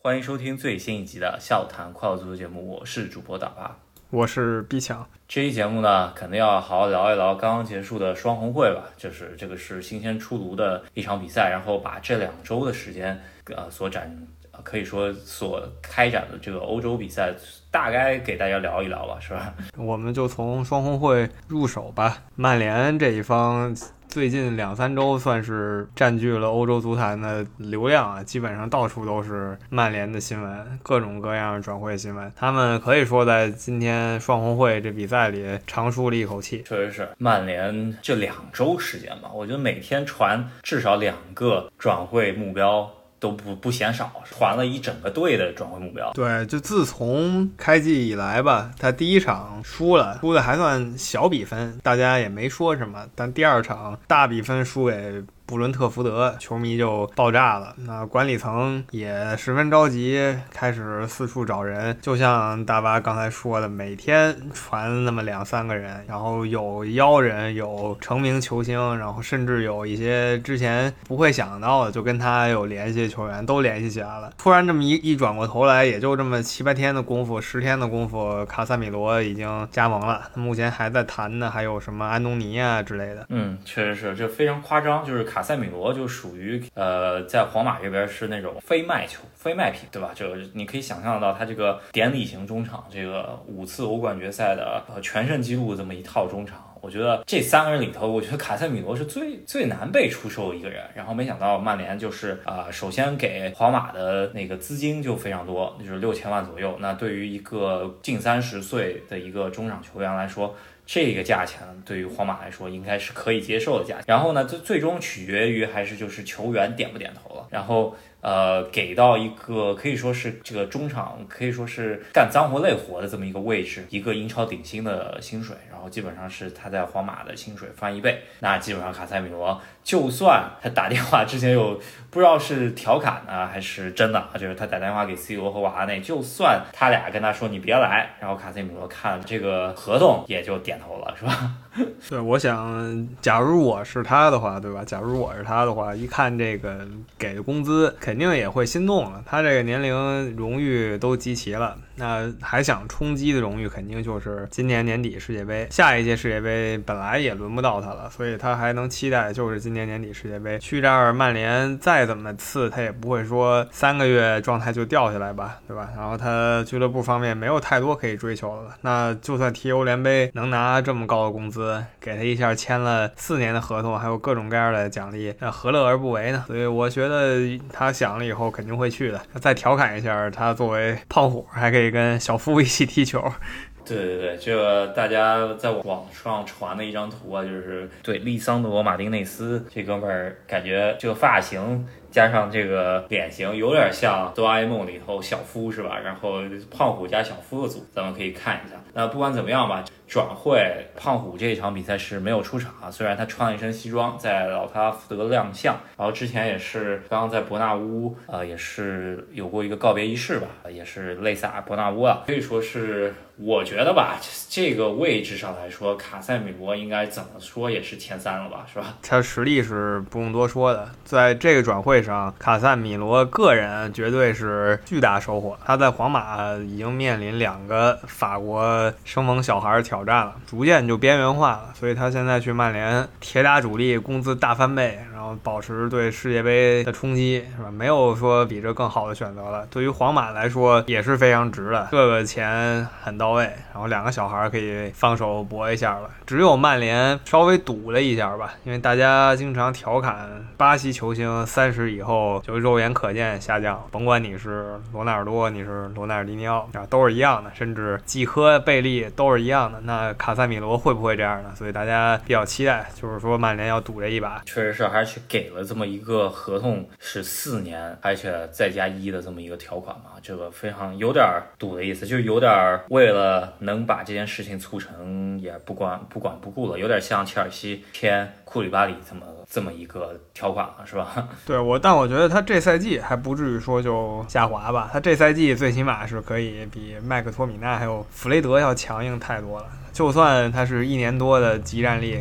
欢迎收听最新一集的笑谈快乐足球节目，我是主播大巴， 我是毕强。 这期节目呢，肯定要好好聊一聊刚刚结束的双红会吧，就是这个是新鲜出炉的一场比赛，然后把这2周的时间可以说所开展的这个欧洲比赛大概给大家聊一聊吧，是吧？ 我们就从双红会入手吧。曼联这一方最近2-3周算是占据了欧洲足坛的流量啊，基本上到处都是曼联的新闻，各种各样的转会新闻。他们可以说在今天双红会这比赛里长舒了一口气。 确实是曼联这2周时间吧，我觉得每天传至少2个转会目标都不嫌少，传了一整个队的转会目标。 对，就自从开季以来吧，他第1场输的还算小比分，大家也没说什么，但第2场大比分输给布伦特福德，球迷就爆炸了。那管理层也十分着急，开始四处找人，就像大巴刚才说的，每天传那么2-3个人，然后有妖人，有成名球星，然后甚至有一些之前不会想到的就跟他有联系的球员都联系起来了。突然这么一转过头来，也就这么7-8天的功夫，10天的功夫，卡塞米罗已经加盟了。目前还在谈的还有什么安东尼啊之类的。 确实是，这非常夸张，就是卡塞米罗就属于在皇马这边是那种非卖品，对吧？就你可以想象到他这个典礼型中场，这个5次欧冠决赛的全胜纪录这么一套中场。我觉得这3个人里头，我觉得卡塞米罗是最难被出售的一个人。然后没想到曼联就是首先给皇马的那个资金就非常多，就是6000万左右。那对于一个近30岁的一个中场球员来说，这个价钱对于皇马来说应该是可以接受的价钱。然后呢，最终取决于还是就是球员点不点头了。然后给到一个可以说是这个中场可以说是干脏活累活的这么一个位置，一个英超顶薪的薪水，然后基本上是他在皇马的薪水翻1倍。那基本上卡塞米罗就算他打电话之前有不知道是调侃呢还是真的，就是他打电话给 C 罗和瓦拉内，就算他俩跟他说你别来，然后卡塞米罗看这个合同也就点头了，是吧？ 对，我想假如我是他的话，对吧？假如我是他的话，一看这个给的工资肯定也会心动了。他这个年龄荣誉都集齐了，那还想冲击的荣誉肯定就是今年年底世界杯。下一届世界杯本来也轮不到他了，所以他还能期待就是今年年底世界杯。去这儿曼联再怎么次，他也不会说3个月状态就掉下来吧，对吧？然后他俱乐部方面没有太多可以追求了，那就算踢欧联杯能拿这么高的工资，给他一下签了4年的合同，还有各种各样的奖励，那何乐而不为呢？所以我觉得他想了以后肯定会去的。再调侃一下，他作为胖虎还可以跟小夫一起踢球。 对，这个大家在网上传的一张图啊，就是对利桑德罗马丁内斯这哥们儿，感觉这个发型加上这个脸型有点像哆啦 A 梦里头小夫，是吧？然后胖虎加小夫的组，咱们可以看一下。那不管怎么样吧，转会胖虎这一场比赛是没有出场啊，虽然他穿了一身西装在老特拉福德亮相，然后之前也是刚刚在伯纳乌也是有过一个告别仪式吧，也是泪洒伯纳乌啊，可以说是我觉得吧，这个位置上来说，卡塞米罗应该怎么说也是前3了吧，是吧？ 他实力是不用多说的，在这个转会上，卡塞米罗个人绝对是巨大收获。他在皇马已经面临2个法国生猛小孩挑战了，逐渐就边缘化了，所以他现在去曼联铁打主力，工资大翻倍，然后保持对世界杯的冲击，是吧？没有说比这更好的选择了。对于皇马来说也是非常值的，这个钱很到位，然后2个小孩可以放手搏一下了。只有曼联稍微赌了一下吧，因为大家经常调侃巴西球星30以后就肉眼可见下降，甭管你是罗纳尔多，你是罗纳尔迪尼奥都是一样的，甚至季科、贝利都是一样的。那卡塞米罗会不会这样呢？所以大家比较期待，就是说曼联要赌这一把。 确实是，而且给了这么一个合同是4年，而且再加1的这么一个条款嘛，这个非常有点赌的意思，就有点为了能把这件事情促成也不管不顾了，有点像切尔西签库里巴里这么一个条款了，是吧？ 对，但我觉得他这赛季还不至于说就下滑吧，他这赛季最起码是可以比麦克托米纳还有弗雷德要强硬太多了。就算他是1年多的集战力，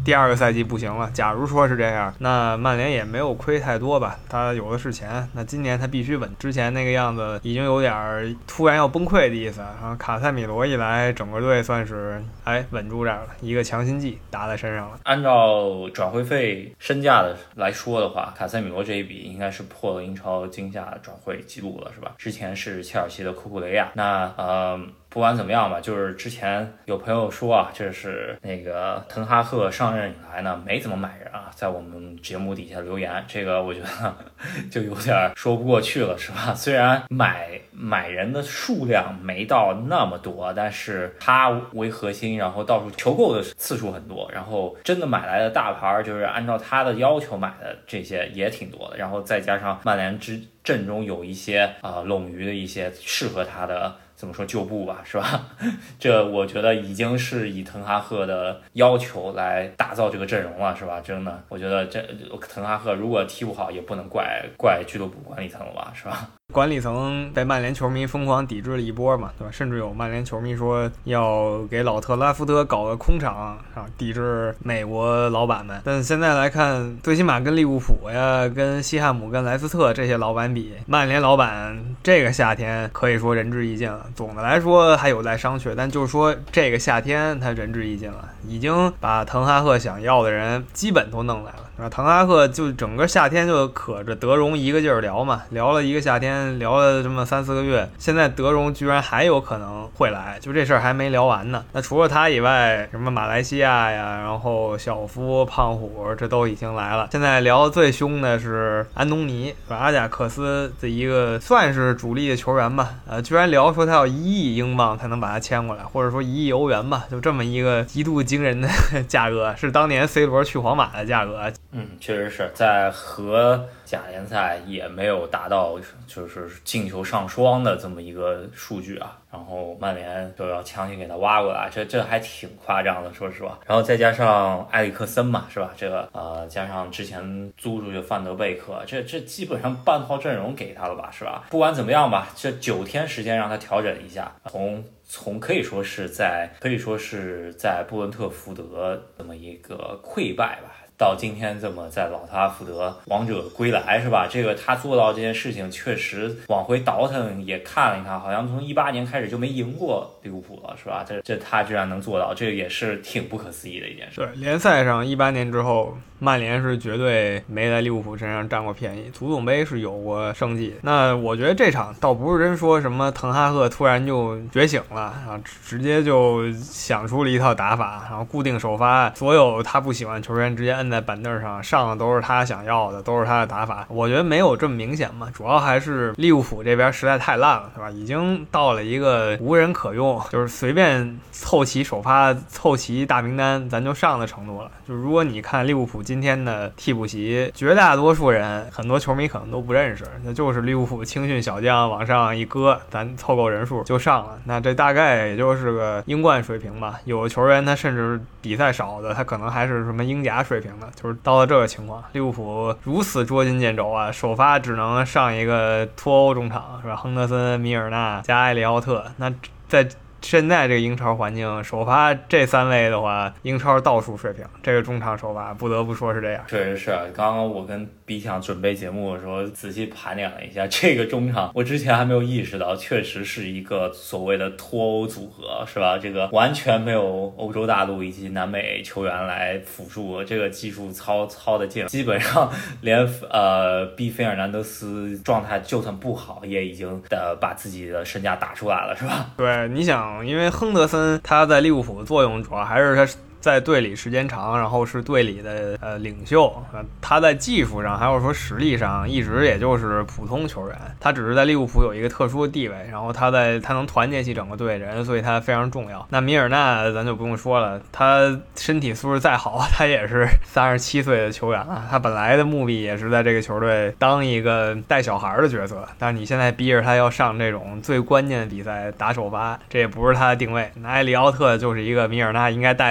第二个赛季不行了。假如说是这样，那曼联也没有亏太多吧，他有的是钱。那今年他必须稳，之前那个样子已经有点突然要崩溃的意思。然后卡塞米罗一来，整个队算是稳住这儿了，一个强心剂打在身上了。 按照转会费身价的来说的话，卡塞米罗这一笔应该是破了英超今夏转会记录了，是吧？之前是切尔西的库库雷亚。那不管怎么样吧，就是之前有朋友说啊，这是那个滕哈赫上任以来呢没怎么买人啊，在我们节目底下留言，这个我觉得就有点说不过去了，是吧？虽然买人的数量没到那么多，但是他为核心，然后到处求购的次数很多，然后真的买来的大牌就是按照他的要求买的这些也挺多的，然后再加上曼联阵中有一些冗余的一些适合他的怎么说旧部吧，是吧？这我觉得已经是以滕哈赫的要求来打造这个阵容了，是吧？真的，我觉得这滕哈赫如果踢不好，也不能怪俱乐部管理层了吧，是吧？ 管理层被曼联球迷疯狂抵制了一波嘛，对吧？甚至有曼联球迷说要给老特拉福德搞个空场啊，抵制美国老板们。但现在来看，最起码跟利物浦呀、跟西汉姆、跟莱斯特这些老板比，曼联老板这个夏天可以说仁至义尽了。总的来说还有待商榷，但就是说这个夏天他仁至义尽了，已经把滕哈赫想要的人基本都弄来了。滕哈赫就整个夏天就可着德容一个劲儿聊嘛，聊了一个夏天，聊了这么3-4个月，现在德容居然还有可能会来，就这事儿还没聊完呢。那除了他以外，什么马来西亚呀，然后小夫、胖虎，这都已经来了。现在聊最凶的是安东尼，阿贾克斯的一个算是主力的球员吧，居然聊说他要1亿英镑才能把他签过来，或者说1亿欧元吧，就这么一个极度惊人的价格，是当年 C 罗去皇马的价格。 确实是在荷甲联赛也没有达到就是进球上双的这么一个数据啊，然后曼联就要强行给他挖过来，这还挺夸张的，说实话。然后再加上埃里克森嘛，是吧？这个加上之前租出去范德贝克，这基本上半套阵容给他了吧，是吧？不管怎么样吧，这9天时间让他调整一下，从可以说是在布伦特福德这么一个溃败吧，到今天这么在老特拉福德王者归来，是吧？这个他做到这件事情，确实往回倒腾也看了一看，好像从18年开始就没赢过利物浦了，是吧？这他居然能做到，这个也是挺不可思议的一件事。 对，联赛上18年之后，曼联是绝对没在利物浦身上占过便宜，足总杯是有过胜绩。那我觉得这场倒不是真说什么滕哈赫突然就觉醒了，然后直接就想出了一套打法，然后固定首发，所有他不喜欢球员直接摁在板凳上，上的都是他想要的，都是他的打法。我觉得没有这么明显嘛，主要还是利物浦这边实在太烂了，是吧？已经到了一个无人可用，就是随便凑齐首发、凑齐大名单咱就上的程度了。就如果你看利物浦今天的替补席，绝大多数人很多球迷可能都不认识，那就是利物浦青训小将往上一搁，咱凑够人数就上了。那这大概也就是个英冠水平吧，有的球员他甚至比赛少的，他可能还是什么英甲水平的，就是到了这个情况，利物浦如此捉襟见肘啊，首发只能上一个脱欧中场，是吧？亨德森、米尔纳加埃里奥特，那在现在这个英超环境，首发这3位的话，英超倒数水平，这个中场首发不得不说是这样。 确实是，刚刚我跟 B 强准备节目的时候仔细盘点了一下这个中场，我之前还没有意识到，确实是一个所谓的脱欧组合，是吧？这个完全没有欧洲大陆以及南美球员来辅助，这个技术操的劲，基本上连毕费尔南德斯状态就算不好，也已经把自己的身价打出来了，是吧？ 对，你想。因为亨德森他在利物浦的作用主要还是他在队里时间长，然后是队里的领袖，他在技术上还有说实力上一直也就是普通球员，他只是在利物浦有一个特殊的地位，然后他能团结起整个队人，所以他非常重要。那米尔纳咱就不用说了，他身体素质再好，他也是37岁的球员了，他本来的目的也是在这个球队当一个带小孩的角色，但是你现在逼着他要上这种最关键的比赛打首发，这也不是他的定位。那埃里奥特就是一个米尔纳应该带的小孩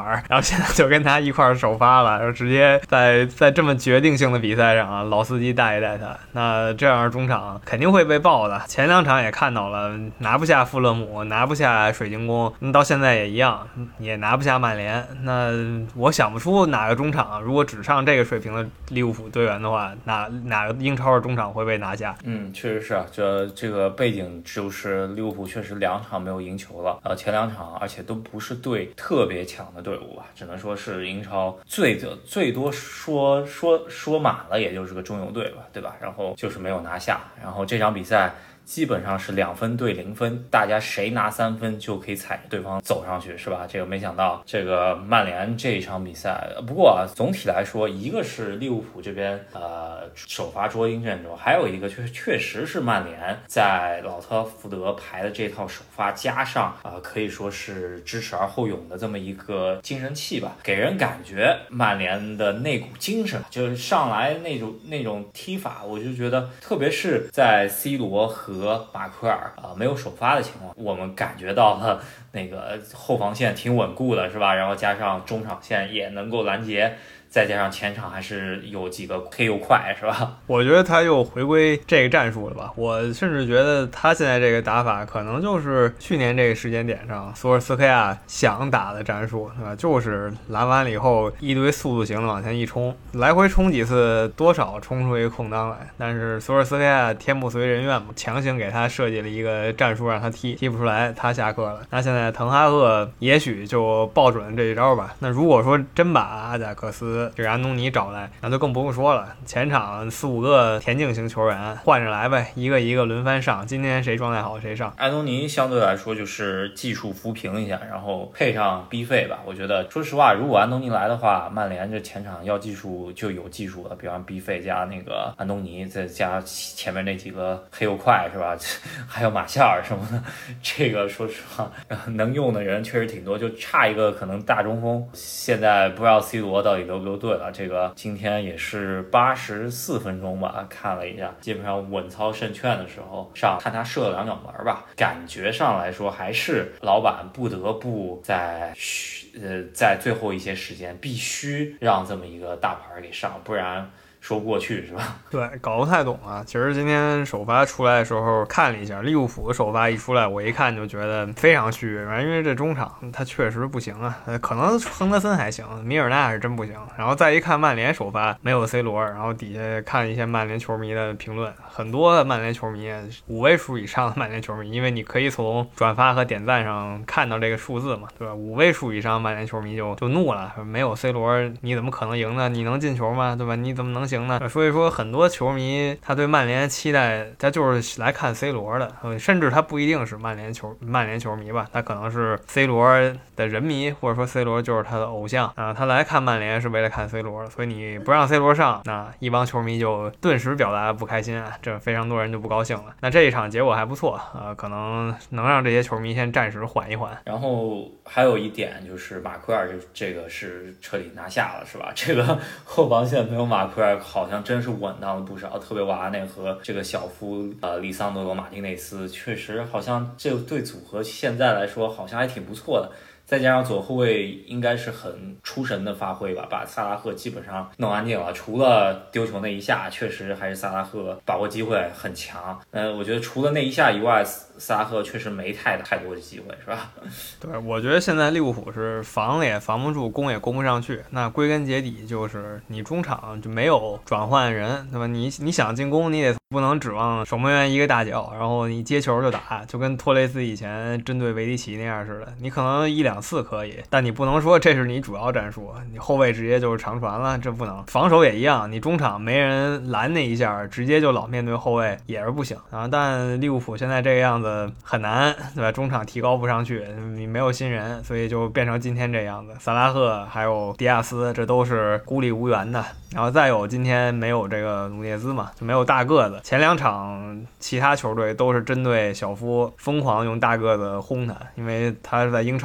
然后现在就跟他一块儿首发了，然后直接在这么决定性的比赛上啊，老司机带一带他，那这样中场肯定会被爆的。前2场也看到了，拿不下富勒姆，拿不下水晶宫，到现在也一样，也拿不下曼联。那我想不出哪个中场如果只上这个水平的利物浦队员的话，哪个英超的中场会被拿下？ 确实是啊，这个背景就是利物浦确实2场没有赢球了，前2场而且都不是对特别强的队伍吧，只能说是英超最多说满了也就是个中游队吧，对吧？然后就是没有拿下，然后这场比赛基本上是2分对0分，大家谁拿3分就可以踩着对方走上去，是吧？这个没想到这个曼联这一场比赛，不过总体来说，一个是利物浦这边首发捉鹰阵中，还有一个确实是曼联在老特福德排的这套首发，加上可以说是知耻而后勇的这么一个精神气吧，给人感觉曼联的那股精神，就是上来那种踢法，我就觉得特别是在 C 罗和马奎尔没有首发的情况，我们感觉到了那个后防线挺稳固的，是吧？然后加上中场线也能够拦截，再加上前场还是有几个黑又快，是吧？ 我觉得他又回归这个战术了吧。我甚至觉得他现在这个打法可能就是去年这个时间点上索尔斯克亚想打的战术，对吧？就是拦完了以后一堆速度型的往前一冲，来回冲几次多少冲出一个空当来。但是索尔斯克亚天不随人愿嘛，强行给他设计了一个战术让他踢不出来，他下课了。那现在滕哈赫也许就抱准这一招吧。那如果说真把阿贾克斯这个安东尼找来，那就更不用说了，前场4-5个田径型球员换着来呗，一个一个轮番上，今天谁状态好谁上。 安东尼相对来说就是技术扶平一下，然后配上逼费吧。我觉得说实话，如果安东尼来的话，曼联这前场要技术就有技术了，比方逼费加那个安东尼，再加前面那几个黑又快，是吧？还有马夏尔什么的，这个说实话能用的人确实挺多，就差一个可能大中锋。现在不知道 C 罗到底留不留队了，这个今天也是84分钟吧，看了一下，基本上稳操胜券的时候上，看他射了2脚门吧，感觉上来说还是老板不得不在最后一些时间必须让这么一个大牌给上，不然说不过去，是吧？ 对，搞不太懂啊。其实今天首发出来的时候看了一下，利物浦的首发一出来，我一看就觉得非常虚，因为这中场他确实不行啊。可能亨德森还行，米尔纳是真不行。然后再一看曼联首发没有 C 罗，然后底下看一些曼联球迷的评论，很多曼联球迷5位数以上的曼联球迷，因为你可以从转发和点赞上看到这个数字嘛，对吧？5位数以上曼联球迷就怒了，没有 C 罗你怎么可能赢呢？你能进球吗？对吧？你怎么能行呢？所以说很多球迷他对曼联期待，他就是来看 C 罗的，甚至他不一定是曼联球迷吧，他可能是 C 罗的人迷，或者说 C 罗就是他的偶像啊，他来看曼联是为了看 C 罗的，所以你不让 C 罗上，那一帮球迷就顿时表达不开心啊，这非常多人就不高兴了。那这一场结果还不错可能能让这些球迷先暂时缓一缓。 然后还有一点就是马奎尔这个是彻底拿下了，是吧？这个后防线没有马奎尔好像真是稳当了不少，特别瓦拉内和这个小夫里桑德罗马丁内斯，确实好像这对组合现在来说好像还挺不错的。再加上左后卫应该是很出神的发挥吧，把萨拉赫基本上弄安静了，除了丢球那一下，确实还是萨拉赫把握机会很强。我觉得除了那一下以外，萨拉赫确实没太多的机会，是吧？ 对，我觉得现在利物浦是防也防不住，攻也攻不上去。那归根结底就是你中场就没有转换人，对吧？你想进攻，你得不能指望守门员一个大脚，然后你接球就打，就跟托雷斯以前针对维迪奇那样似的。你可能1-2次可以，但你不能说这是你主要战术，你后卫直接就是长传了，这不能。防守也一样，你中场没人拦那一下，直接就老面对后卫也是不行啊。但利物浦现在这个样子很难，对吧？中场提高不上去，你没有新人，所以就变成今天这样子。萨拉赫还有迪亚斯，这都是孤立无援的。然后再有今天没有这个努涅兹嘛，就没有大个子。前2场其他球队都是针对小夫疯狂用大个子轰他，因为他在英超是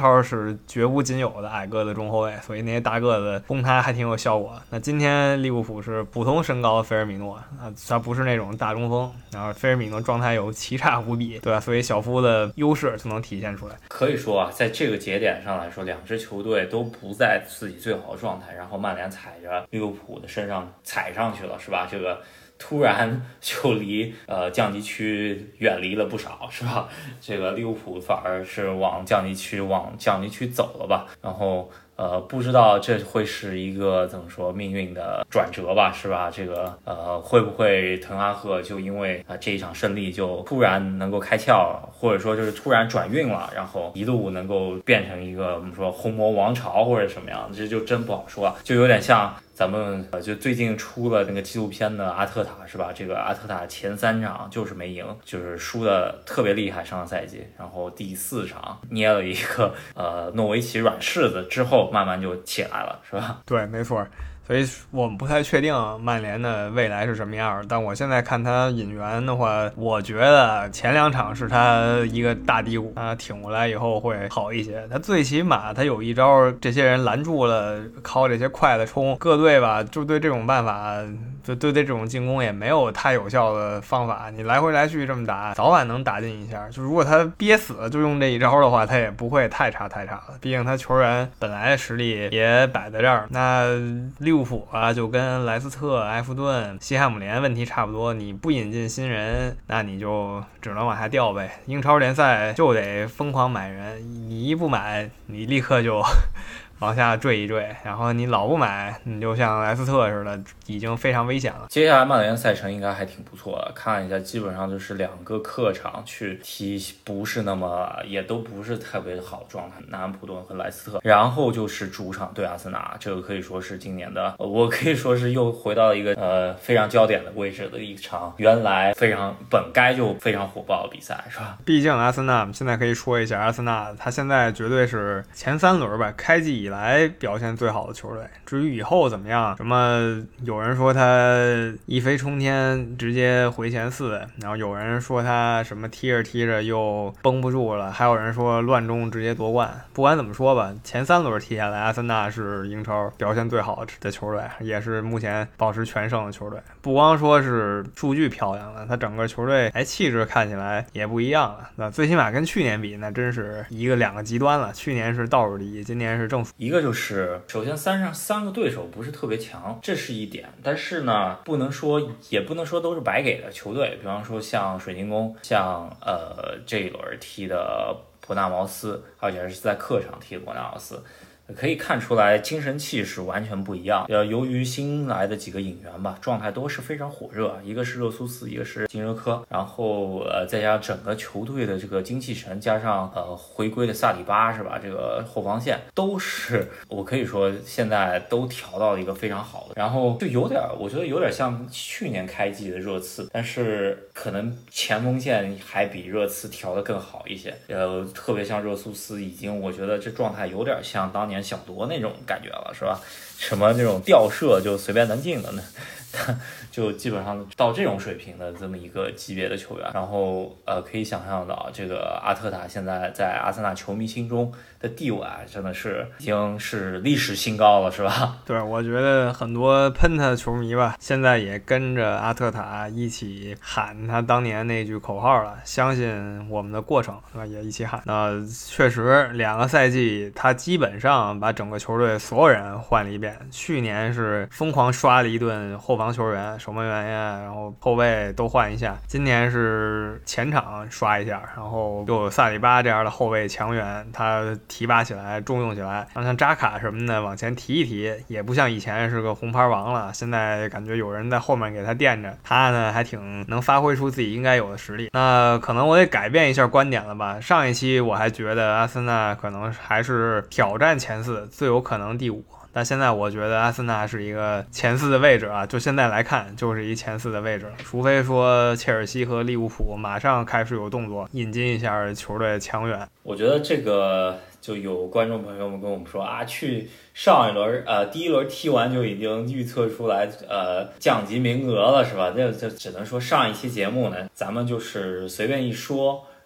是绝无仅有的矮个子中后卫，所以那些大个子攻他还挺有效果。那今天利物浦是普通身高的菲尔米诺他不是那种大中锋，然后菲尔米诺状态有奇差无比，对吧？所以小夫的优势就能体现出来。 可以说啊，在这个节点上来说，两支球队都不在自己最好的状态，然后曼联踩着利物浦的身上踩上去了，是吧？这个突然就离降级区远离了不少，是吧？这个利物浦反而是往降级区走了吧，然后不知道这会是一个怎么说命运的转折吧，是吧？这个会不会滕哈赫就因为这一场胜利就突然能够开窍，或者说就是突然转运了，然后一路能够变成一个我们说红魔王朝或者什么样，这就真不好说啊，就有点像咱们就最近出了那个纪录片的阿特塔，是吧？这个阿特塔前3场就是没赢，就是输的特别厉害，上个赛季，然后第4场捏了一个诺维奇软柿子之后，慢慢就起来了，是吧？ 对，没错。所以我们不太确定曼联的未来是什么样，但我现在看他引援的话，我觉得前2场是他一个大低谷，他挺过来以后会好一些。他最起码他有一招，这些人拦住了，靠这些快的冲，各队吧就对这种办法，就对这种进攻也没有太有效的方法，你来回来去这么打，早晚能打进一下。就如果他憋死了就用这一招的话，他也不会太差了，毕竟他球员本来的实力也摆在这儿。那利物浦啊，就跟莱斯特、埃弗顿、西汉姆联问题差不多，你不引进新人，那你就只能往下掉呗。英超联赛就得疯狂买人，你一不买，你立刻就往下坠一坠，然后你老不买，你就像莱斯特似的，已经非常危险了。 接下来曼联赛程应该还挺不错的，看一下基本上就是2个客场去踢，不是那么也都不是特别好的状态，南安普顿和莱斯特，然后就是主场对阿森纳，这个可以说是今年的我可以说是又回到一个非常焦点的位置的一场原来本该就非常火爆的比赛，是吧？ 毕竟阿森纳现在可以说一下，阿森纳他现在绝对是前3轮吧，开季以来表现最好的球队。至于以后怎么样，什么有人说他一飞冲天直接回前4，然后有人说他什么踢着又绷不住了，还有人说乱中直接夺冠。不管怎么说吧，前3轮踢下来，阿森纳是英超表现最好的球队，也是目前保持全胜的球队。不光说是数据漂亮了，他整个球队气质看起来也不一样了。那最起码跟去年比，那真是2个极端了。去年是倒数第一，今年是正负。 一个就是首先三个对手不是特别强，这是一点，但是呢也不能说都是白给的球队，比方说像水晶宫，像这一轮踢的伯纳茅斯，而且是在客场踢的伯纳茅斯，可以看出来精神气势完全不一样。由于新来的几个引援吧，状态都是非常火热，一个是热苏斯，一个是金热科，然后再加上整个球队的这个精气神，加上回归的萨里巴，是吧？这个后防线都是我可以说现在都调到了一个非常好的，然后就我觉得有点像去年开季的热刺，但是可能前锋线还比热刺调得更好一些。特别像热苏斯，已经我觉得这状态有点像当年小罗那种感觉了，是吧？什么那种吊射就随便能进的呢？就基本上到这种水平的这么一个级别的球员，然后可以想象到这个阿特塔现在在阿森纳球迷心中的地位真的是已经是历史新高了，是吧？ 对，我觉得很多喷他的球迷吧，现在也跟着阿特塔一起喊他当年那句口号了，相信我们的过程，是吧？也一起喊。那确实2个赛季他基本上把整个球队所有人换了一遍，去年是疯狂刷了一顿后防球员，守门员呀，然后后卫都换一下，今年是前场刷一下，然后又有萨里巴这样的后卫强援，他提拔起来重用起来，然后像扎卡什么的往前提一提，也不像以前是个红牌王了，现在感觉有人在后面给他垫着，他呢还挺能发挥出自己应该有的实力。那可能我得改变一下观点了吧，上一期我还觉得阿森纳可能还是挑战前4，最有可能第5，但现在我觉得阿森纳是一个前4的位置啊，就现在来看就是一前4的位置了，除非说切尔西和利物浦马上开始有动作引进一下球队强援。 我觉得这个就有观众朋友们跟我们说啊，去上一轮第一轮踢完就已经预测出来降级名额了，是吧？这只能说上一期节目呢咱们就是随便一说，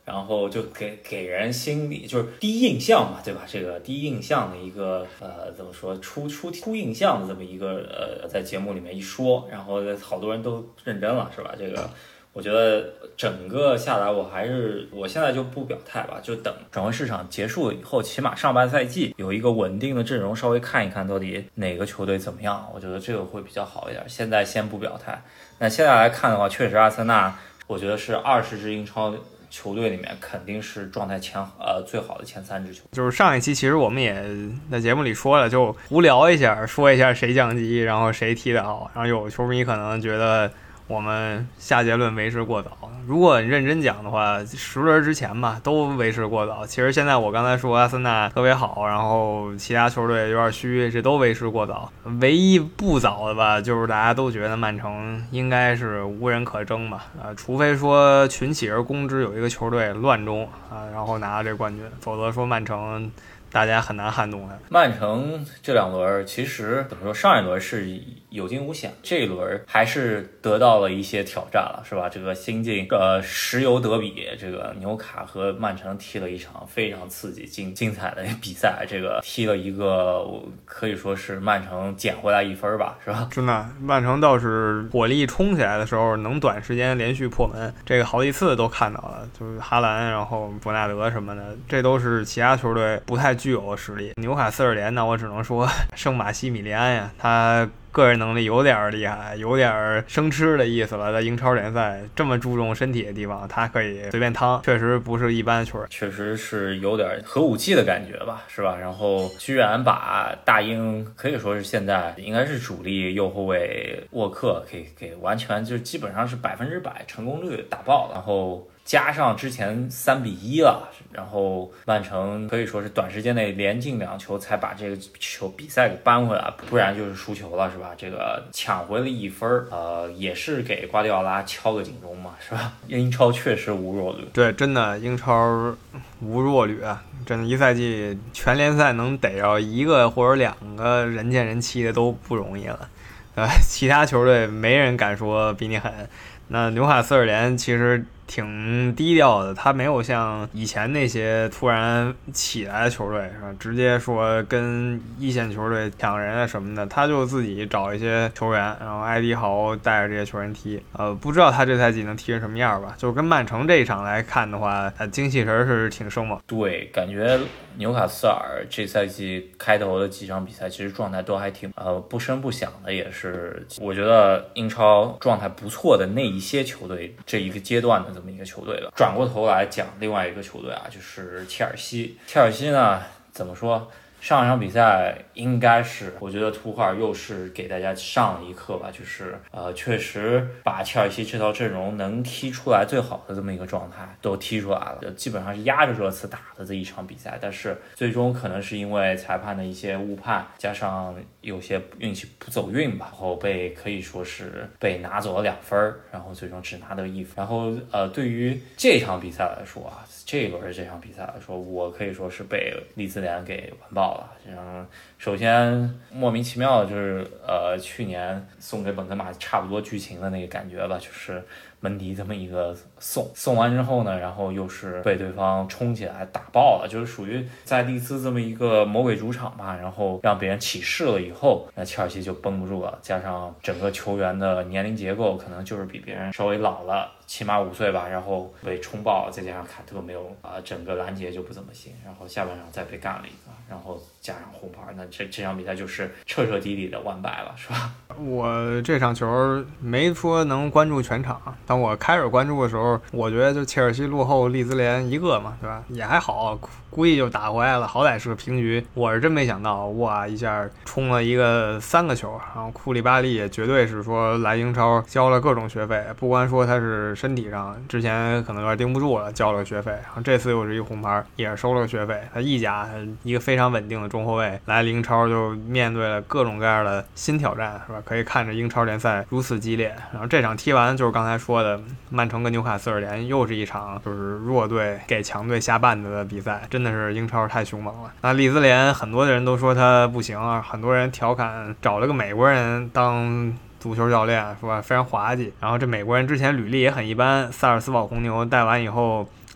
然后就给人心里就是第一印象嘛，对吧？这个第一印象的一个怎么说初印象的这么一个在节目里面一说，然后好多人都认真了，是吧？这个我觉得整个下来，我现在就不表态吧，就等转会市场结束以后，起码上半赛季有一个稳定的阵容，稍微看一看到底哪个球队怎么样，我觉得这个会比较好一点。现在先不表态。那现在来看的话，确实阿森纳，我觉得是20支英超球队里面肯定是状态最好的前3支球队。 就是上一期其实我们也在节目里说了，就无聊一下说一下谁降级，然后谁踢得好，然后有球迷可能觉得我们下结论为时过早。如果你认真讲的话，10轮之前吧都为时过早。其实现在我刚才说阿森纳特别好，然后其他球队有点虚，这都为时过早。唯一不早的吧，就是大家都觉得曼城应该是无人可争吧，除非说群起而攻之，有一个球队乱中然后拿了这冠军，否则说曼城大家很难撼动他。 曼城这2轮其实怎么说，上一轮是有惊无险，这一轮还是得到了一些挑战了，是吧？这个新晋石油德比，这个纽卡和曼城踢了一场非常刺激精彩的比赛，这个踢了一个可以说是曼城捡回来1分吧，是吧？ 真的，曼城倒是火力冲起来的时候能短时间连续破门，这个好几次都看到了，就是哈兰然后伯纳德什么的，这都是其他球队不太具有的实力。纽卡斯尔联呢，我只能说圣马西米利安呀，他个人能力有点厉害，有点生吃的意思了。在英超联赛这么注重身体的地方，他可以随便趟，确实不是一般的球员， 确实是有点核武器的感觉吧，是吧？然后居然把大英可以说是现在应该是主力右后卫沃克给完全就基本上是100%成功率打爆了，然后加上之前3-1了，然后曼城可以说是短时间内连进2球才把这个比赛给扳回来，不然就是输球了，是吧？这个抢回了1分，也是给瓜迪奥拉敲个警钟嘛，是吧？英超确实无弱旅， 对，真的英超无弱旅啊！真的，一赛季全联赛能逮着1个或者2个人见人欺的都不容易了，其他球队没人敢说比你狠。那纽卡斯尔联其实挺低调的，他没有像以前那些突然起来的球队是吧，直接说跟一线球队抢人啊什么的，他就自己找一些球员，然后埃迪豪带着这些球员踢。不知道他这赛季能踢成什么样吧？就跟曼城这一场来看的话，精气神是挺生猛。 对，感觉纽卡斯尔这赛季开头的几场比赛其实状态都还挺不声不响的，也是我觉得英超状态不错的那一些球队这一个阶段的这么一个球队了。转过头来讲另外一个球队啊，就是切尔西。切尔西呢，怎么说？上一场比赛应该是，我觉得图赫尔又是给大家上了一课吧，就是确实把切尔西这套阵容能踢出来最好的这么一个状态都踢出来了，基本上是压着热刺打的这一场比赛，但是最终可能是因为裁判的一些误判，加上有些运气不走运吧，然后可以说是被拿走了2分，然后最终只拿到1分。然后对于这场比赛来说啊，这一轮这场比赛来说，我可以说是被利兹联给完爆了。首先莫名其妙的就是去年送给本泽马差不多剧情的那个感觉吧，就是门迪这么一个送完之后呢，然后又是被对方冲起来打爆了，就是属于在利兹这么一个魔鬼主场吧，然后让别人起势了以后，那切尔西就绷不住了，加上整个球员的年龄结构可能就是比别人稍微老了，起码5岁吧，然后被冲爆，再加上坎特没有整个拦截就不怎么行，然后下半场再被干了一个，然后加上红牌，那这场比赛就是彻彻底底的完败了，是吧？ 我这场球没说能关注全场，当我开始关注的时候，我觉得就切尔西落后利兹联1个嘛，对吧？也还好，估计就打回来了，好歹是个平局。我是真没想到，哇，一下冲了一个3个球，然后库利巴利也绝对是说来英超交了各种学费，不光说他是身体上之前可能有点盯不住了，交了个学费，然后这次又是一红牌，也是收了个学费。他意甲一个非常稳定的中后卫来英超就面对了各种各样的新挑战，是吧？可以看着英超联赛如此激烈，然后这场踢完就是刚才说的曼城跟纽卡斯尔联又是一场就是弱队给强队下绊子的比赛，真的是英超太凶猛了。那利兹联很多人都说他不行啊，很多人调侃找了个美国人当足球教练是吧，非常滑稽。然后这美国人之前履历也很一般，萨尔斯堡红牛带完以后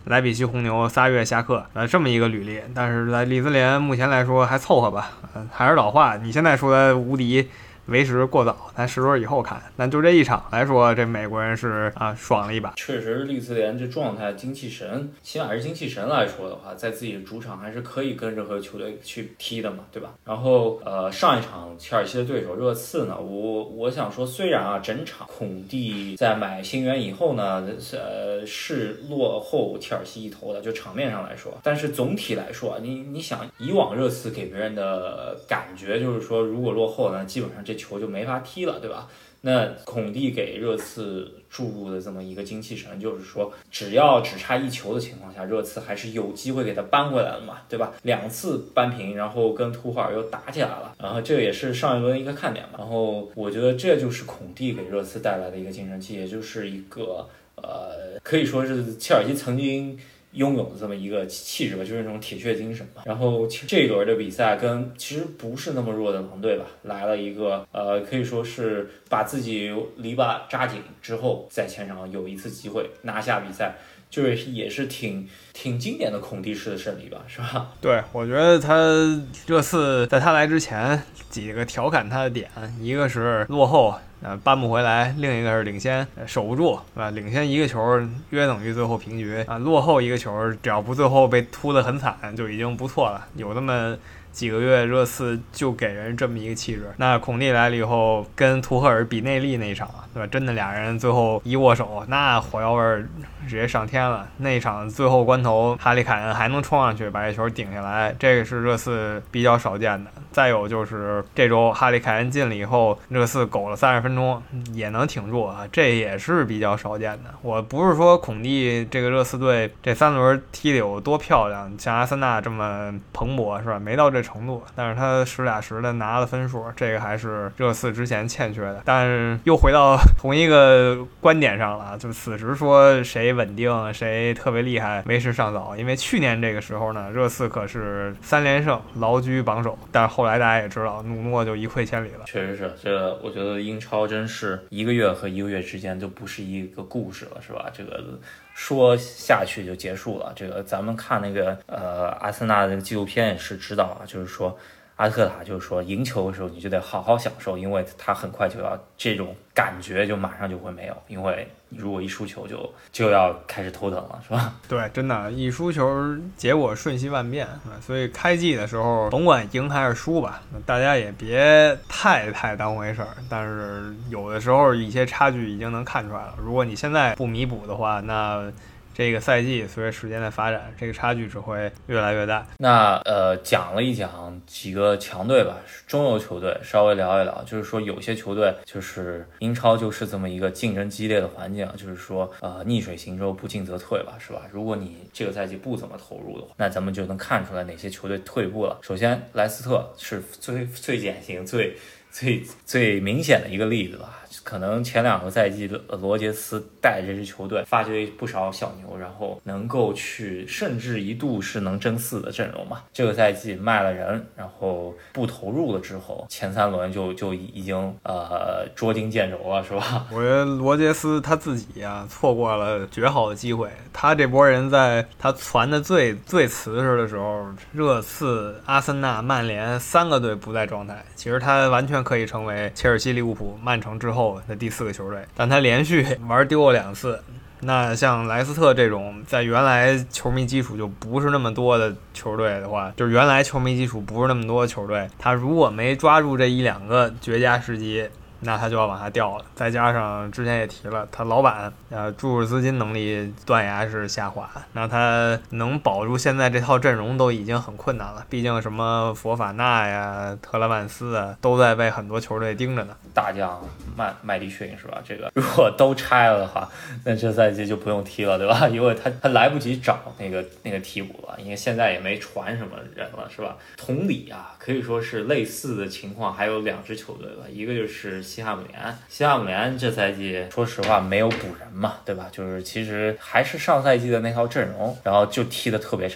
莱比锡红牛3月下课，这么一个履历。但是在利兹联目前来说还凑合吧，还是老话，你现在说他无敌为时过早，咱10轮以后看。但就这一场来说，这美国人是爽了一把。 确实，利兹联这状态，精气神，起码是精气神来说的话，在自己的主场还是可以跟任何球队去踢的嘛，对吧？然后上一场切尔西的对手热刺呢，我想说，虽然整场孔蒂在买新援以后呢，是落后切尔西一头的，就场面上来说，但是总体来说，你想以往热刺给别人的感觉就是说，如果落后呢，基本上这球就没法踢了，对吧？那孔蒂给热刺注入的这么一个精气神，就是说只要只差一球的情况下，热刺还是有机会给他扳回来的嘛，对吧？2次扳平，然后跟图赫尔又打起来了，然后这个也是上一轮一个看点嘛。然后我觉得这就是孔蒂给热刺带来的一个精神气，也就是一个可以说是切尔西曾经拥有的这么一个气质吧，就是那种铁血精神吧。然后这一轮的比赛跟其实不是那么弱的狼队吧，来了一个可以说是把自己篱笆扎紧之后，在前场有一次机会拿下比赛，就是也是挺经典的孔蒂式的胜利吧，是吧？ 对，我觉得他这次在他来之前几个调侃他的点，一个是落后扳不回来，另一个是领先守不住，领先一个球约等于最后平局落后一个球，只要不最后被突得很惨就已经不错了。有那么几个月热刺就给人这么一个气质。那孔蒂来了以后，跟图赫尔比内利那一场，对吧？真的俩人最后一握手，那火药味直接上天了。那一场最后关头，哈里凯恩还能冲上去把这球顶下来，这个是热刺比较少见的。再有就是这周哈里凯恩进了以后，热刺苟了30分钟也能挺住这也是比较少见的。我不是说孔蒂这个热刺队这3轮踢得有多漂亮，像阿森纳这么蓬勃是吧？没到这程度，但是他10打10的拿了分数，这个还是热刺之前欠缺的。但是又回到同一个观点上了，就此时说谁稳定谁特别厉害为时尚早，因为去年这个时候呢，热刺可是3连胜牢居榜首，但是后来大家也知道努诺就一溃千里了。 确实是，这我觉得英超真是一个月和一个月之间就不是一个故事了，是吧？这个说下去就结束了。这个咱们看那个阿森纳的纪录片也是知道就是说阿特塔就是说赢球的时候你就得好好享受，因为他很快就要这种感觉就马上就会没有，因为你如果一输球就要开始头疼了，是吧？ 对，真的，一输球结果瞬息万变，所以开季的时候甭管赢还是输吧，大家也别太当回事儿。但是有的时候一些差距已经能看出来了，如果你现在不弥补的话，那这个赛季随着时间的发展，这个差距只会越来越大。 那讲了一讲几个强队吧，中游球队稍微聊一聊，就是说有些球队就是英超就是这么一个竞争激烈的环境，就是说逆水行舟不进则退吧，是吧？如果你这个赛季不怎么投入的话，那咱们就能看出来哪些球队退步了。首先莱斯特是最典型最明显的一个例子吧。可能前2个赛季罗杰斯带这支球队发掘不少小牛，然后能够去甚至一度是能争4的阵容嘛。这个赛季卖了人，然后不投入了之后，前3轮就已经捉襟见肘了，是吧？ 我觉得罗杰斯他自己错过了绝好的机会。他这波人在他传的最瓷实的时候，热刺、阿森纳、曼联3个队不在状态，其实他完全可以成为切尔西、利物浦、曼城之后的第4个球队，但他连续玩丢了2次。那像莱斯特这种在原来球迷基础就不是那么多的球队的话，就是原来球迷基础不是那么多的球队，他如果没抓住这1-2个绝佳时机，那他就要往下掉了。再加上之前也提了，他老板注入资金能力断崖式下滑，那他能保住现在这套阵容都已经很困难了。毕竟什么佛法纳呀、特拉万斯啊，都在被很多球队盯着呢。 大将麦迪逊是吧？这个如果都拆了的话，那这赛季就不用踢了，对吧？因为他来不及找那个替补了，因为现在也没传什么人了，是吧？同理可以说是类似的情况还有2支球队吧，一个就是西汉姆联这赛季说实话没有补人嘛，对吧？就是其实还是上赛季的那套阵容，然后就踢得特别差。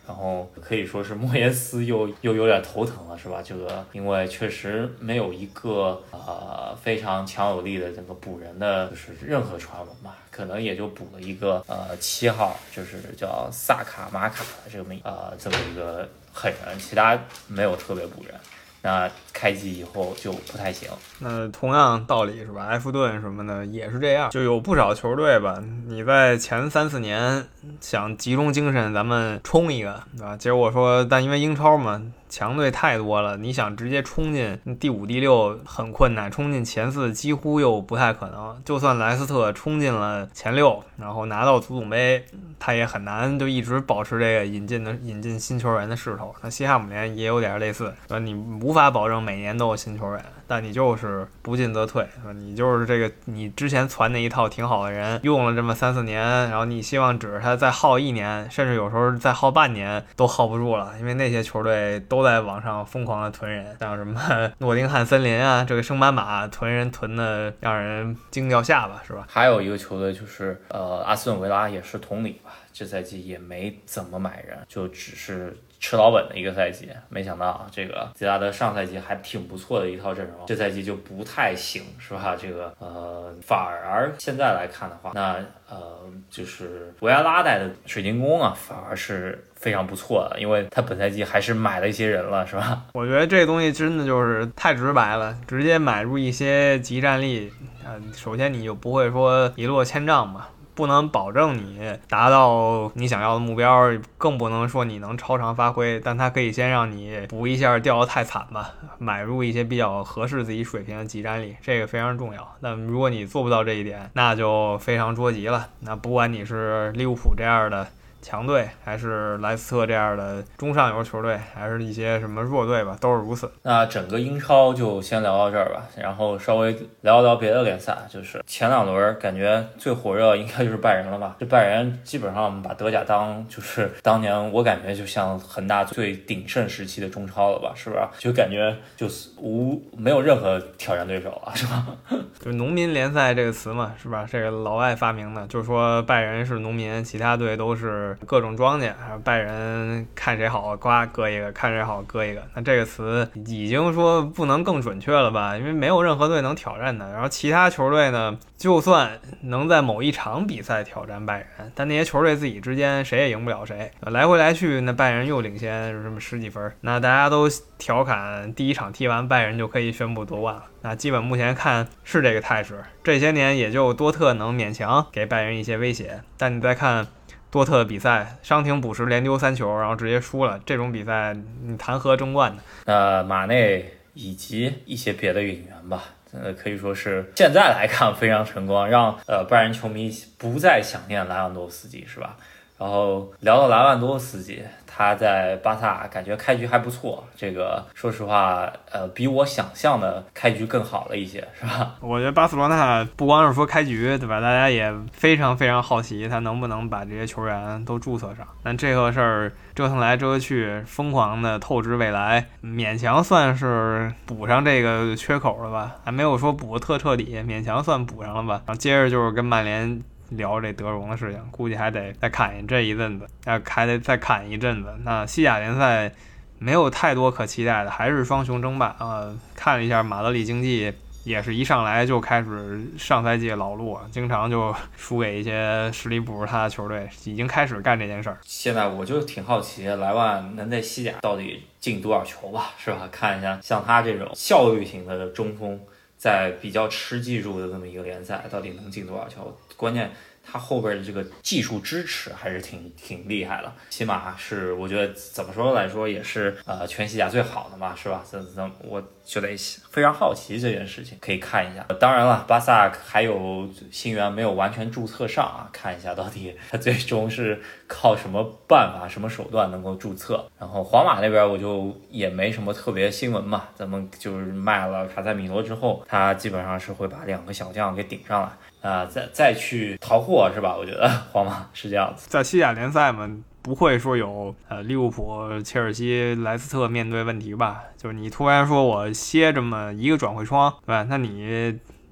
然后可以说是莫耶斯又有点头疼了，是吧？这个因为确实没有一个非常强有力的这个补人的就是任何传闻吧，可能也就补了一个7号，就是叫萨卡马卡的这么一个狠人，其他没有特别补人。那开季以后就不太行。 那同样道理是吧？埃弗顿什么的也是这样，就有不少球队吧，你在前3-4年想集中精神咱们冲一个，对吧？结果说，但因为英超嘛，强队太多了，你想直接冲进第5、第6很困难，冲进前4几乎又不太可能。就算莱斯特冲进了前6，然后拿到足总杯，他也很难就一直保持这个引进新球员的势头。那西汉姆联也有点类似，你无法保证每年都有新球员，但你就是不进则退，你就是这个你之前传那一套挺好的人，用了这么3-4年，然后你希望指着他再耗1年，甚至有时候再耗半年都耗不住了，因为那些球队都在网上疯狂的囤人，像什么诺丁汉森林啊，这个圣班马囤人囤的让人惊掉下巴，是吧？ 还有一个球队就是阿斯顿维拉也是同理吧，这赛季也没怎么买人，就只是吃老本的一个赛季。没想到这个吉拉德上赛季还挺不错的一套阵容，这赛季就不太行，是吧？这个反而现在来看的话，那就是维埃拉带的水晶宫啊，反而是非常不错的，因为他本赛季还是买了一些人了，是吧？ 我觉得这东西真的就是太直白了，直接买入一些集战力，首先你就不会说一落千丈嘛，不能保证你达到你想要的目标，更不能说你能超常发挥，但它可以先让你补一下掉得太惨吧，买入一些比较合适自己水平的集战力，这个非常重要。但如果你做不到这一点，那就非常捉急了。那不管你是利物浦这样的强队，还是莱斯特这样的中上游球队，还是一些什么弱队吧，都是如此。 那整个英超就先聊到这儿吧，然后稍微聊聊别的联赛，就是前2轮感觉最火热应该就是拜仁了吧？这拜仁基本上把德甲就是当年我感觉就像恒大最鼎盛时期的中超了吧，是不是？就感觉就是没有任何挑战对手了，是吧？ 就农民联赛这个词嘛，是吧？这个老外发明的，就是说拜仁是农民，其他队都是各种庄稼，拜仁看谁好割一个，看谁好割一个。那这个词已经说不能更准确了吧，因为没有任何队能挑战的。然后其他球队呢，就算能在某一场比赛挑战拜仁，但那些球队自己之间谁也赢不了谁，来回来去那拜仁又领先什么10几分，那大家都调侃第一场踢完拜仁就可以宣布夺冠了。那基本目前看是这个态势，这些年也就多特能勉强给拜仁一些威胁，但你再看多特的比赛，伤停补时连丢3球，然后直接输了，这种比赛你谈何争冠呢？ 马内以及一些别的引援吧，可以说是现在来看非常成功，让拜仁球迷不再想念莱万多斯基，是吧？然后聊到莱万多斯基，他在巴萨感觉开局还不错，这个说实话比我想象的开局更好了一些，是吧？ 我觉得巴塞罗那不光是说开局，对吧？大家也非常非常好奇他能不能把这些球员都注册上。但这个事儿折腾来折去，疯狂的透支未来，勉强算是补上这个缺口了吧？还没有说补得彻底，勉强算补上了吧？然后接着就是跟曼联聊这德容的事情，估计还得再砍这一阵子，还得再砍一阵子。那西甲联赛没有太多可期待的，还是双雄争霸看了一下马德里竞技，也是一上来就开始上赛季的老路，经常就输给一些实力不如他的球队，已经开始干这件事儿。 现在我就挺好奇莱万能在西甲到底进多少球吧，是吧？看一下像他这种效率型的中锋，在比较吃技术的这么一个联赛到底能进多少球，关键他后边的这个技术支持还是挺厉害的，起码是我觉得怎么说来说也是全西甲最好的嘛，是吧？我就得非常好奇这件事情，可以看一下。当然了，巴萨还有新援没有完全注册上啊，看一下到底他最终是靠什么办法、什么手段能够注册。然后皇马那边我就也没什么特别新闻嘛，咱们就是卖了卡塞米罗之后，他基本上是会把2个小将给顶上来。再去淘货是吧？我觉得皇马是这样子。 在西甲联赛嘛，不会说有利物浦、切尔西、莱斯特面对问题吧？就是你突然说我歇这么一个转会窗，对吧？那你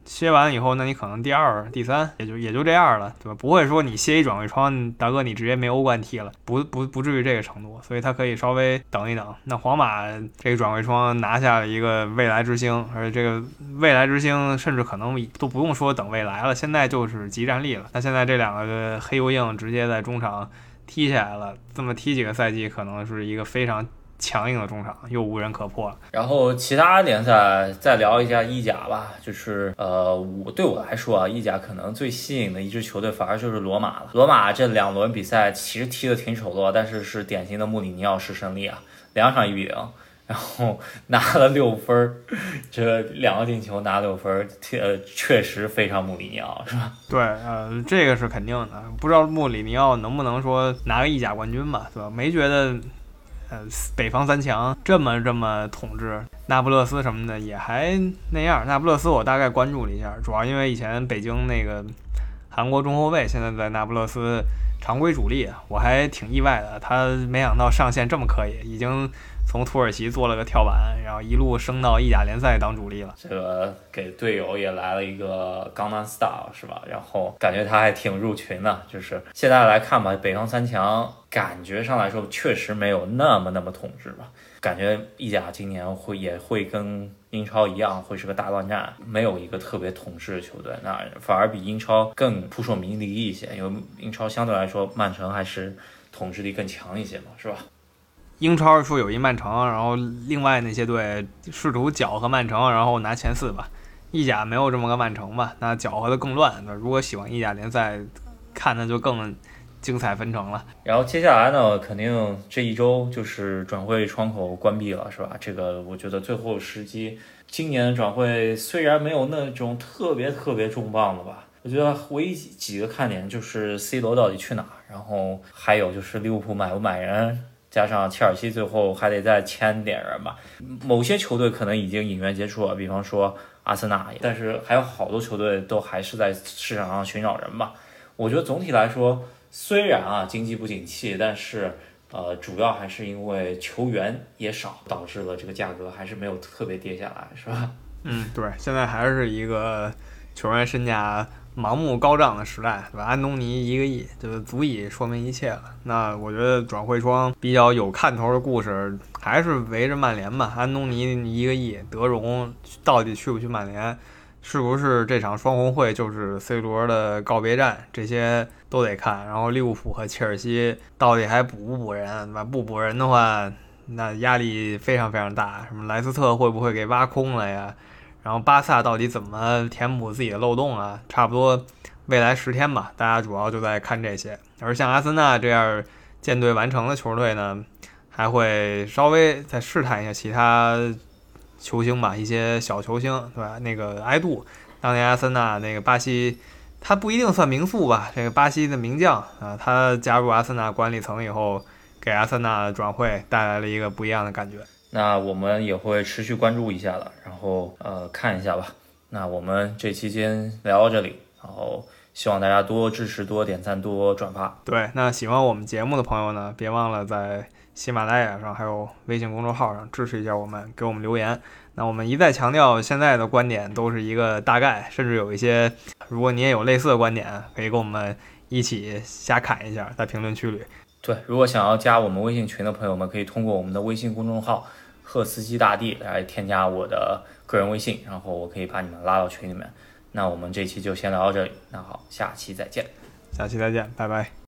歇完以后，那你可能第二、第三也就这样了，对吧？不会说你歇一转会窗，大哥你直接没欧冠踢了，不至于这个程度，所以他可以稍微等一等。那皇马这个转会窗拿下了一个未来之星，而且这个未来之星甚至可能都不用说等未来了，现在就是即战力了。那现在这两个黑油硬直接在中场踢起来了，这么踢几个赛季，可能是一个非常强硬的中场，又无人可破了。 然后其他联赛再聊一下意甲吧，就是对我来说啊，意甲可能最吸引的一支球队反而就是罗马了。罗马这2轮比赛其实踢得挺丑陋，但是典型的穆里尼奥式胜利啊，2场1-0，然后拿了6分，这2个进球拿6分，确实非常穆里尼奥，是吧？ 对，这个是肯定的。不知道穆里尼奥能不能说拿个意甲冠军吧，对吧？没觉得。北方3强这么统治，那不勒斯什么的也还那样。那不勒斯我大概关注了一下，主要因为以前北京那个韩国中后卫现在在那不勒斯常规主力，我还挺意外的。他没想到上限这么可以，已经从土耳其做了个跳板，然后一路升到意甲联赛当主力了。 这个给队友也来了一个江南 style 是吧？然后感觉他还挺入群的。就是现在来看吧，北方3强感觉上来说确实没有那么统治吧。感觉意甲今年也会跟英超一样，会是个大乱战，没有一个特别统治的球队，那反而比英超更扑朔迷离一些。因为英超相对来说，曼城还是统治力更强一些嘛，是吧？ 英超说有一曼城，然后另外那些队试图搅和曼城，然后拿前4吧。意甲没有这么个曼城吧，那搅和的更乱。如果喜欢意甲联赛，看的就更精彩纷呈了。 然后接下来呢，肯定这一周就是转会窗口关闭了，是吧？这个我觉得最后时机，今年的转会虽然没有那种特别重磅的吧，我觉得唯一几个看点就是 C 罗到底去哪儿，然后还有就是利物浦买不买人，加上切尔西最后还得再签点人吧。某些球队可能已经引援结束了，比方说阿森纳，但是还有好多球队都还是在市场上寻找人吧。我觉得总体来说，虽然啊经济不景气，但是主要还是因为球员也少，导致了这个价格还是没有特别跌下来，是吧？ 对，现在还是一个球员身价盲目高涨的时代，对吧？安东尼1个亿就足以说明一切了。那我觉得转会窗比较有看头的故事还是围着曼联吧。安东尼1个亿，德容到底去不去曼联？是不是这场双红会就是 C 罗的告别战？这些都得看。然后利物浦和切尔西到底还补不补人？不补人的话，那压力非常大。什么莱斯特会不会给挖空了呀？然后巴萨到底怎么填补自己的漏洞啊？差不多未来10天吧，大家主要就在看这些。而像阿森纳这样建队完成的球队呢，还会稍微再试探一下其他球星吧，一些小球星，对吧？那个埃杜，当年阿森纳那个巴西，他不一定算名宿吧，这个巴西的名将啊，他加入阿森纳管理层以后，给阿森纳转会带来了一个不一样的感觉。 那我们也会持续关注一下的，然后看一下吧。那我们这期先聊到这里，然后希望大家多支持、多点赞、多转发。 对，那喜欢我们节目的朋友呢，别忘了在喜马拉雅上还有微信公众号上支持一下我们，给我们留言。那我们一再强调，现在的观点都是一个大概，甚至有一些，如果你也有类似的观点，可以跟我们一起瞎侃一下，在评论区里。 对，如果想要加我们微信群的朋友们，可以通过我们的微信公众号赫斯基大帝来添加我的个人微信，然后我可以把你们拉到群里面。那我们这期就先聊到这里，那好，下期再见。 下期再见，拜拜。